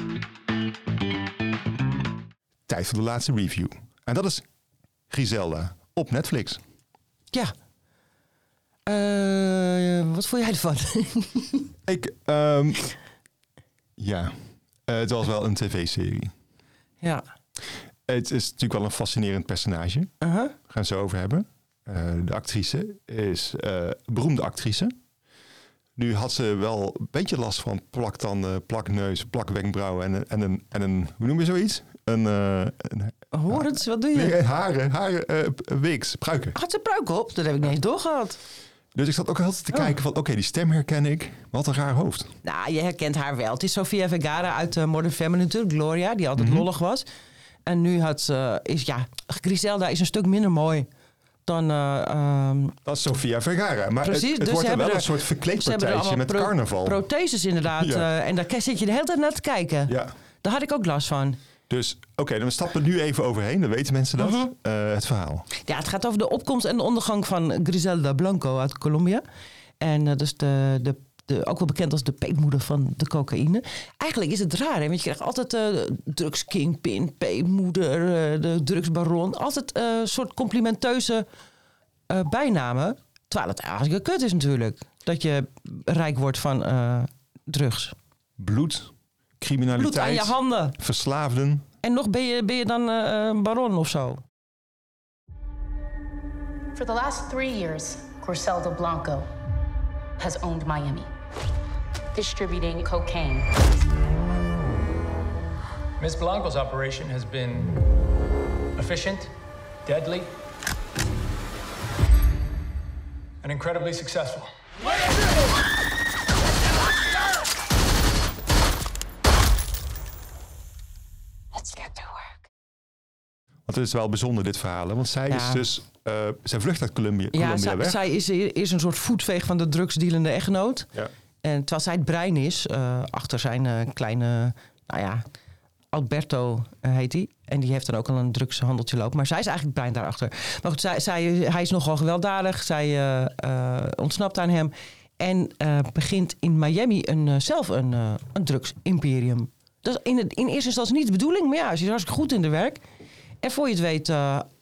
Tijd voor de laatste review. En dat is Griselda op Netflix. Ja. Wat vond jij ervan? Het was wel een tv-serie. Ja. Het is natuurlijk wel een fascinerend personage. Uh-huh. We gaan het zo over hebben. De actrice is een beroemde actrice. Nu had ze wel een beetje last van plaktanden, plakneus, plakwenkbrauwen en een hoe noem je zoiets? Horens, wat doe je? Nee, haren, wigs, pruiken. Had ze pruik op? Dat heb ik niet eens doorgehad. Dus ik zat ook altijd te kijken van, oké, die stem herken ik. Wat een raar hoofd. Nou, je herkent haar wel. Het is Sofia Vergara uit Modern Family natuurlijk. Gloria, die altijd lollig was. En nu Griselda is een stuk minder mooi dan... dat is Sofia Vergara. Maar precies, het wordt wel een soort verkleedpartijtje met carnaval. Protheses inderdaad. Ja. En daar zit je de hele tijd naar te kijken. Ja. Daar had ik ook last van. Dus dan stappen we nu even overheen. Dan weten mensen dat. Het verhaal. Ja, het gaat over de opkomst en de ondergang van Griselda Blanco uit Colombia. En dus ook wel bekend als de peetmoeder van de cocaïne. Eigenlijk is het raar, hè? Want je krijgt altijd drugskingpin, peetmoeder, de drugsbaron. Altijd een soort complimenteuze bijnamen. Terwijl het eigenlijk kut is natuurlijk. Dat je rijk wordt van drugs. Bloed, criminaliteit. Bloed aan je handen. Verslaafden. En nog ben je dan baron of zo. For the last 3 years, Griselda Blanco has owned Miami, distributing cocaine. Ms. Blanco's operation has been efficient, deadly, and incredibly successful. Let's get to work. Want het is wel bijzonder, dit verhaal. Hè? Want zij is dus... zij vlucht uit Colombia weg. Zij is een soort voetveeg van de drugsdealende echtgenoot. Ja. En terwijl zij het brein is, achter zijn kleine... Alberto heet hij. En die heeft dan ook al een drugshandeltje lopen. Maar zij is eigenlijk het brein daarachter. Maar goed, hij is nogal gewelddadig. Zij ontsnapt aan hem. En begint in Miami zelf een drugsimperium. Dat is in eerste instantie niet de bedoeling. Maar ja, ze is hartstikke goed in de werk. En voor je het weet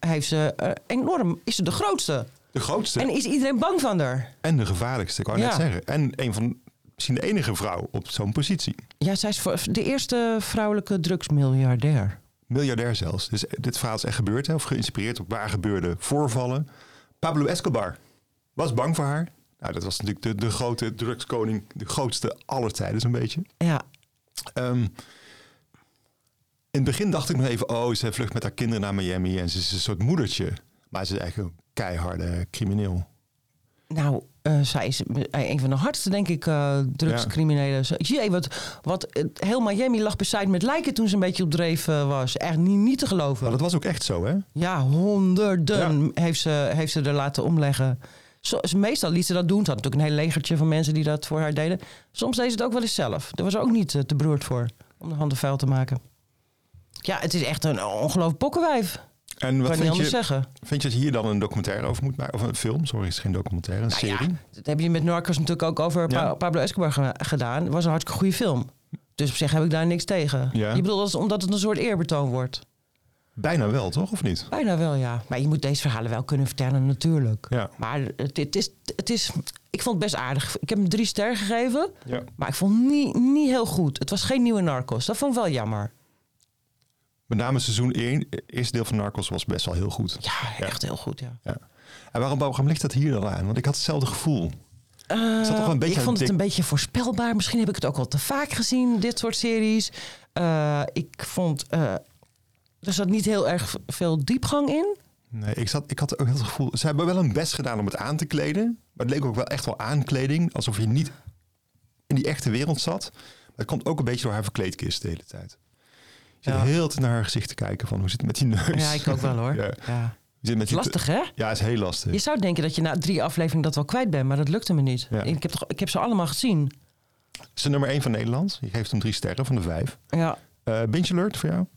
is ze de grootste. De grootste. En is iedereen bang van haar. En de gevaarlijkste, ik wou net zeggen. En misschien de enige vrouw op zo'n positie. Ja, zij is de eerste vrouwelijke drugsmiljardair. Miljardair zelfs. Dus dit verhaal is echt gebeurd, hè, of geïnspireerd op waar gebeurde voorvallen. Pablo Escobar was bang voor haar. Nou, dat was natuurlijk de grote drugskoning, de grootste aller tijden zo'n beetje. Ja. In het begin dacht ik nog even, ze vlucht met haar kinderen naar Miami en ze is een soort moedertje. Maar ze is eigenlijk een keiharde crimineel. Nou, zij is een van de hardste, denk ik, drugscriminelen. Ja. Heel Miami lag bezaaid met lijken toen ze een beetje op dreef was. Echt niet te geloven. Maar dat was ook echt zo, hè? Ja, honderden heeft ze er laten omleggen. Meestal liet ze dat doen. Ze had natuurlijk een heel legertje van mensen die dat voor haar deden. Soms deed ze het ook wel eens zelf. Daar was ze ook niet te beroerd voor om de handen vuil te maken. Ja, het is echt een ongelooflijk pokkenwijf. En wat vind je dat je hier dan een documentaire over moet maken? Of een film? Sorry, het is geen documentaire, een serie. Ja, dat heb je met Narcos natuurlijk ook over Pablo Escobar gedaan. Het was een hartstikke goede film. Dus op zich heb ik daar niks tegen. Ja. Je bedoelt omdat het een soort eerbetoon wordt. Bijna wel, toch? Of niet? Bijna wel, ja. Maar je moet deze verhalen wel kunnen vertellen, natuurlijk. Ja. Maar het is... Ik vond het best aardig. Ik heb hem 3 sterren gegeven. Ja. Maar ik vond het niet heel goed. Het was geen nieuwe Narcos. Dat vond ik wel jammer. Met name seizoen 1, het eerste deel van Narcos was best wel heel goed. Ja, echt heel goed, ja. En waarom ligt dat hier dan aan? Want ik had hetzelfde gevoel. Ik vond het een beetje voorspelbaar. Misschien heb ik het ook wel te vaak gezien, dit soort series. Ik vond... er zat niet heel erg veel diepgang in. Nee, ik had ook het gevoel... Ze hebben wel hun best gedaan om het aan te kleden. Maar het leek ook wel echt wel aankleding. Alsof je niet in die echte wereld zat. Maar het komt ook een beetje door haar verkleedkist de hele tijd. Je zit heel tijd naar haar gezicht te kijken van hoe zit het met die neus. Ja, ik ook wel hoor. Ja. Het is lastig, hè? Ja, het is heel lastig. Je zou denken dat je na 3 afleveringen dat wel kwijt bent, maar dat lukte me niet. Ja. Ik heb ze allemaal gezien. Het is de nummer 1 van Nederland. Je geeft hem 3 sterren van de 5. Ja. Binge Alert voor jou?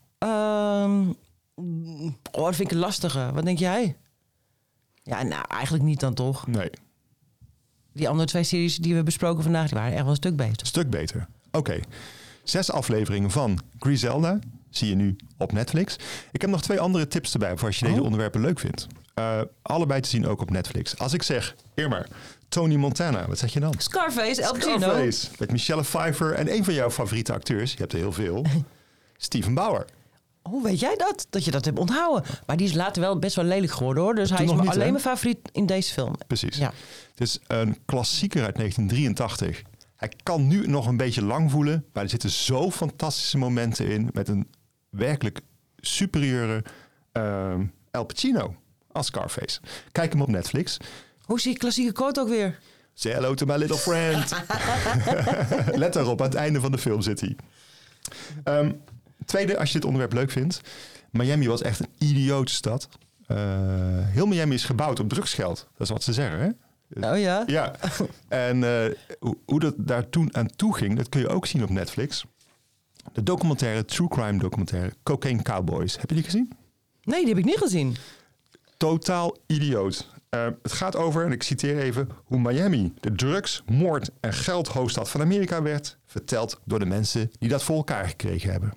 Dat vind ik een lastige. Wat denk jij? Ja, nou, eigenlijk niet dan toch? Nee. Die andere 2 series die we besproken vandaag, die waren echt wel een stuk beter. Een stuk beter. Oké. 6 afleveringen van Griselda. Zie je nu op Netflix. Ik heb nog 2 andere tips erbij voor als je deze onderwerpen leuk vindt. Allebei te zien ook op Netflix. Als ik zeg, Irma, Tony Montana, wat zeg je dan? Scarface, El Pacino. Scarface, met Michelle Pfeiffer en een van jouw favoriete acteurs. Je hebt er heel veel. Steven Bauer. Hoe weet jij dat? Dat je dat hebt onthouden. Maar die is later wel best wel lelijk geworden, hoor. Dus hij is alleen mijn favoriet in deze film. Precies. Ja. Het is een klassieker uit 1983. Hij kan nu nog een beetje lang voelen, maar er zitten zo fantastische momenten in met een werkelijk superieure El Pacino als Scarface. Kijk hem op Netflix. Hoe is die klassieke quote ook weer? Say hello to my little friend. Let daarop, aan het einde van de film zit hij. Tweede, als je dit onderwerp leuk vindt. Miami was echt een idiote stad. Heel Miami is gebouwd op drugsgeld. Dat is wat ze zeggen, hè? Oh ja? Ja. En hoe dat daar toen aan toe ging, dat kun je ook zien op Netflix. De documentaire, true crime documentaire, Cocaine Cowboys. Heb je die gezien? Nee, die heb ik niet gezien. Totaal idioot. Het gaat over, en ik citeer even, hoe Miami de drugs, moord en geldhoofdstad van Amerika werd, verteld door de mensen die dat voor elkaar gekregen hebben.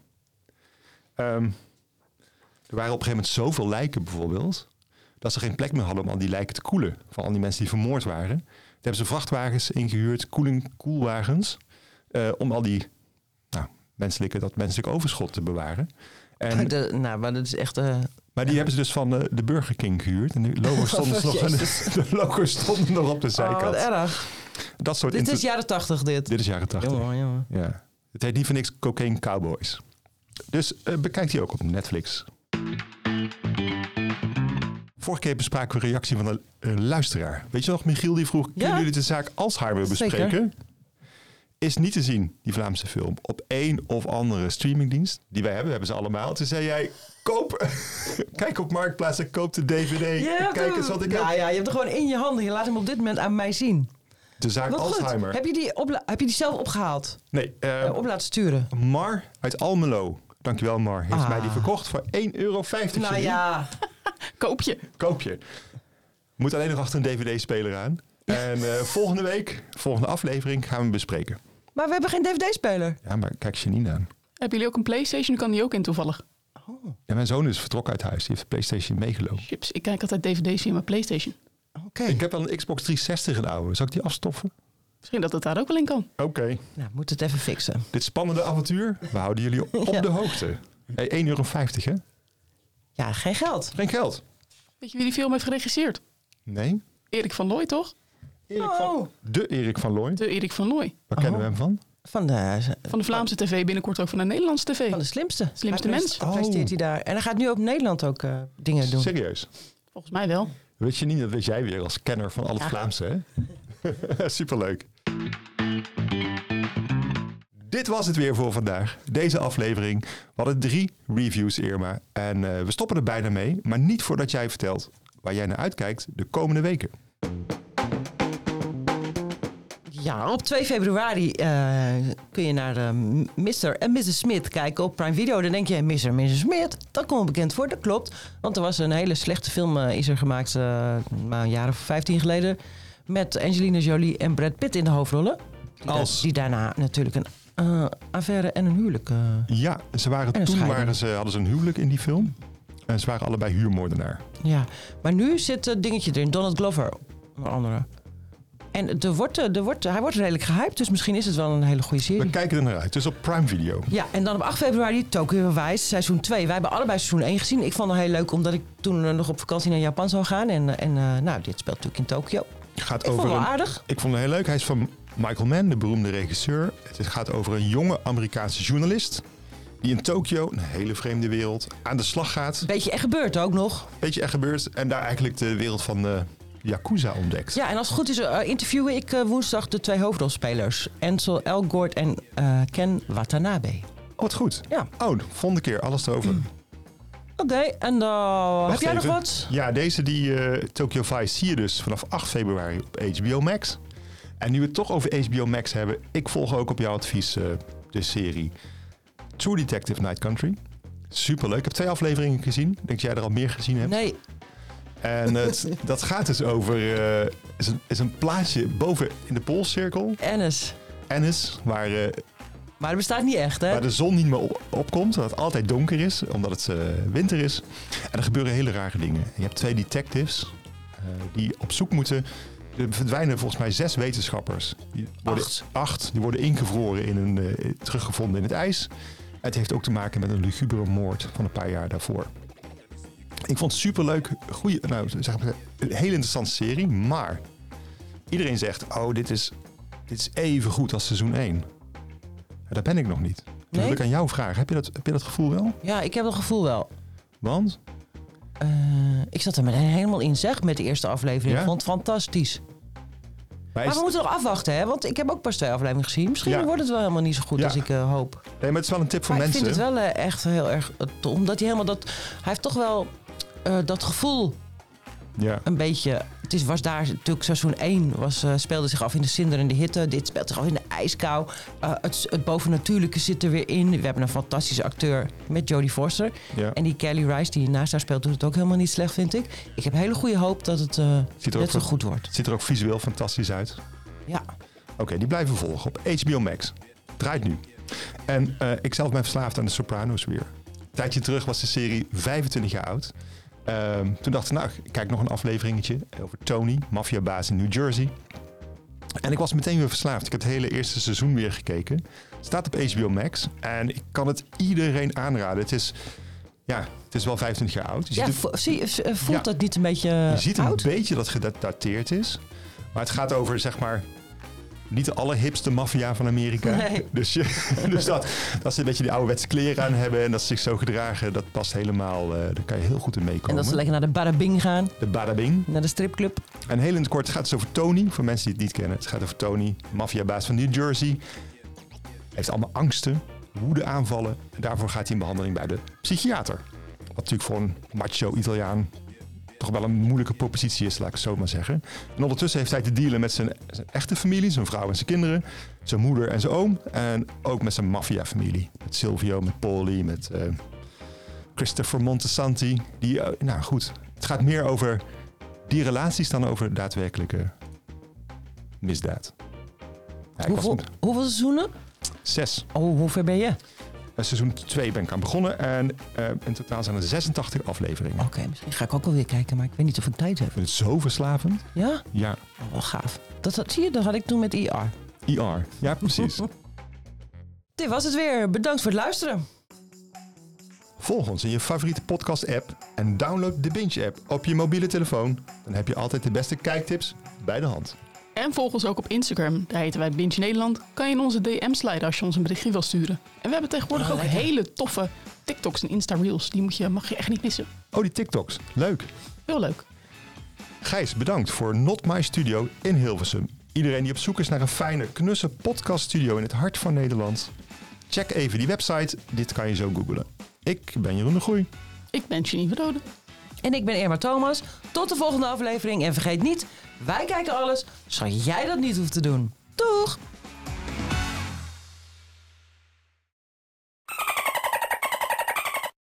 Er waren op een gegeven moment zoveel lijken bijvoorbeeld, dat ze geen plek meer hadden om al die lijken te koelen. Van al die mensen die vermoord waren. Daar hebben ze vrachtwagens ingehuurd, koelwagens, om al die menselijk overschot te bewaren. En, maar dat is echt... Maar die hebben ze dus van de Burger King gehuurd. En de logo's stonden nog op de zijkant. Oh, wat erg. Dat soort dit is jaren 80 dit. Dit is jaren 80. Jongen. Ja. Het heet niet voor niks Cocaine Cowboys. Dus bekijk die ook op Netflix. Vorige keer bespraken we een reactie van een luisteraar. Weet je nog, Michiel die vroeg, kunnen jullie de zaak Alzheimer bespreken? Zeker. Is niet te zien, die Vlaamse film, op een of andere streamingdienst die wij hebben. We hebben ze allemaal. Toen zei jij, kijk op Marktplaats en koop de DVD. Kijk eens wat ik heb. Ja, je hebt er gewoon in je handen. Je laat hem op dit moment aan mij zien. De zaak wat Alzheimer. Goed. Heb je die zelf opgehaald? Nee. Op laten sturen. Mar uit Almelo. Dankjewel Mar. Heeft mij die verkocht voor €1,50. Nou ja. Koop je. Moet alleen nog achter een DVD-speler aan. En volgende aflevering gaan we hem bespreken. Maar we hebben geen DVD-speler. Ja, maar kijk Janine aan. Hebben jullie ook een PlayStation? Kan die ook in toevallig? Oh. Ja, mijn zoon is vertrokken uit huis. Die heeft de PlayStation meegelopen. Chips, ik kijk altijd DVD's via mijn PlayStation. Okay. Ik heb al een Xbox 360 in oude. Zal ik die afstoffen? Misschien dat het daar ook wel in kan. Oké. Nou, moet het even fixen. Dit spannende avontuur, we houden jullie op de hoogte. Hey, €1,50 hè? Ja, geen geld. Geen geld. Weet je wie die film heeft geregisseerd? Nee. Erik van Looy, toch? De Erik van Looy. De Erik van Looy. Waar kennen we hem van? Van de Vlaamse tv, binnenkort ook van de Nederlandse tv. Van de slimste. Slimste mens. Presteert hij daar. En hij gaat nu op Nederland ook dingen doen. Serieus? Volgens mij wel. Weet je niet, dat weet jij weer als kenner van al het Vlaamse, hè? Superleuk. Dit was het weer voor vandaag. Deze aflevering. We hadden 3 reviews, Irma. En we stoppen er bijna mee. Maar niet voordat jij vertelt waar jij naar uitkijkt de komende weken. Ja, op 2 februari kun je naar Mr. en Mrs. Smith kijken op Prime Video. Dan denk je, Mr. en Mrs. Smith, dat komt bekend voor. Dat klopt, want er was een hele slechte film is er gemaakt een jaar of 15 geleden. Met Angelina Jolie en Brad Pitt in de hoofdrollen. Die daarna natuurlijk een affaire en een huwelijk. Ja, hadden ze een huwelijk in die film. En ze waren allebei huurmoordenaar. Ja, maar nu zit het dingetje erin. Donald Glover, onder andere. En hij wordt redelijk gehyped, dus misschien is het wel een hele goede serie. We kijken er naar uit, dus op Prime Video. Ja, en dan op 8 februari Tokyo Vice, seizoen 2. Wij hebben allebei seizoen 1 gezien. Ik vond het heel leuk, omdat ik toen nog op vakantie naar Japan zou gaan. En dit speelt natuurlijk in Tokyo. Ik vond het wel aardig. Ik vond het heel leuk. Hij is van Michael Mann, de beroemde regisseur. Het gaat over een jonge Amerikaanse journalist die in Tokyo, een hele vreemde wereld, aan de slag gaat. Beetje echt gebeurd ook nog. Beetje echt gebeurd. En daar eigenlijk de wereld van de Yakuza ontdekt. Ja, en als het goed is, interviewen ik woensdag de 2 hoofdrolspelers. Ansel Elgort en Ken Watanabe. Oh, wat goed. Ja. Oh, volgende keer alles erover. Oké, en dan heb jij nog wat? Ja, deze Tokyo Vice zie je dus vanaf 8 februari op HBO Max. En nu we het toch over HBO Max hebben, ik volg ook op jouw advies de serie True Detective Night Country. Superleuk. Ik heb 2 afleveringen gezien. Ik denk dat jij er al meer gezien hebt. Nee. En dat gaat dus over is een plaatsje boven in de Poolcirkel. Ennis, waar... maar het bestaat niet echt, hè? Waar de zon niet meer opkomt, waar het altijd donker is, omdat het winter is. En er gebeuren hele rare dingen. Je hebt 2 detectives die op zoek moeten. Er verdwijnen volgens mij 6 wetenschappers. 8. Die worden ingevroren teruggevonden in het ijs. Het heeft ook te maken met een lugubere moord van een paar jaar daarvoor. Ik vond het superleuk. Een hele interessante serie. Maar iedereen zegt, dit is even goed als seizoen 1. Daar ben ik nog niet. Toen wil ik aan jou vragen. Heb je dat gevoel wel? Ja, ik heb dat gevoel wel. Want? Ik zat er meteen helemaal in, zeg, met de eerste aflevering. Ja? Ik vond het fantastisch. Maar we moeten nog afwachten, hè? Want ik heb ook pas 2 afleveringen gezien. Misschien wordt het wel helemaal niet zo goed als ik hoop. Nee, maar het is wel een tip voor maar mensen. Ik vind het wel echt heel erg... Omdat hij helemaal dat... Hij heeft toch wel dat gevoel... Een beetje... was daar natuurlijk seizoen 1 speelde zich af in de zinderende hitte. Dit speelt zich af in de ijskou. Het bovennatuurlijke zit er weer in. We hebben een fantastische acteur met Jodie Foster. Ja. En die Kelly Rice die naast haar speelt doet het ook helemaal niet slecht, vind ik. Ik heb hele goede hoop dat het net zo goed wordt. Het ziet er ook visueel fantastisch uit. Ja. Oké, die blijven we volgen op HBO Max. Draait nu. En ik zelf ben verslaafd aan de Sopranos weer. Een tijdje terug was de serie 25 jaar oud. Toen dacht ik, ik kijk nog een afleveringetje over Tony, maffiabaas in New Jersey. En ik was meteen weer verslaafd. Ik heb het hele eerste seizoen weer gekeken. Het staat op HBO Max en ik kan het iedereen aanraden. Het is wel 25 jaar oud. Voelt dat niet een beetje Je ziet een oud? beetje dat gedateerd is. Maar het gaat over, zeg maar... Niet de allerhipste maffia van Amerika. Nee. Dus dat ze een beetje die ouderwetse kleren aan hebben en dat ze zich zo gedragen, dat past helemaal. Daar kan je heel goed in meekomen. En dat ze lekker naar de Bada Bing gaan. De Bada Bing. Naar de stripclub. En heel in het kort, het gaat dus over Tony. Voor mensen die het niet kennen. Het gaat over Tony, maffiabaas van New Jersey. Hij heeft allemaal angsten, woedeaanvallen. En daarvoor gaat hij in behandeling bij de psychiater. Wat natuurlijk voor een macho Italiaan toch wel een moeilijke propositie is, laat ik het zo maar zeggen. En ondertussen heeft hij te dealen met zijn echte familie, zijn vrouw en zijn kinderen, zijn moeder en zijn oom. En ook met zijn maffiafamilie. Met Silvio, met Paulie, met Christopher Montesanti. Goed. Het gaat meer over die relaties dan over daadwerkelijke misdaad. Ja, Hoeveel seizoenen? 6. Oh, hoe ver ben je? Seizoen 2 ben ik aan begonnen en in totaal zijn er 86 afleveringen. Oké, misschien ga ik ook wel weer kijken, maar ik weet niet of ik tijd heb. Ik vind het zo verslavend. Ja? Ja. Oh, wel gaaf. Zie je, dat had ik toen met IR. IR, ja precies. Dit was het weer. Bedankt voor het luisteren. Volg ons in je favoriete podcast-app en download de Binge-app op je mobiele telefoon. Dan heb je altijd de beste kijktips bij de hand. En volg ons ook op Instagram. Daar heten wij Binge Nederland. Kan je in onze DM sliden als je ons een berichtje wil sturen. En we hebben tegenwoordig ook hele toffe TikToks en Insta-reels. Die mag je echt niet missen. Oh, die TikToks. Leuk. Heel leuk. Gijs, bedankt voor Not My Studio in Hilversum. Iedereen die op zoek is naar een fijne, knusse podcaststudio in het hart van Nederland. Check even die website. Dit kan je zo googlen. Ik ben Jeroen de Groei. Ik ben Janine Verdoden. En ik ben Irma Thomas. Tot de volgende aflevering. En vergeet niet, wij kijken alles, zodat jij dat niet hoeft te doen. Doeg!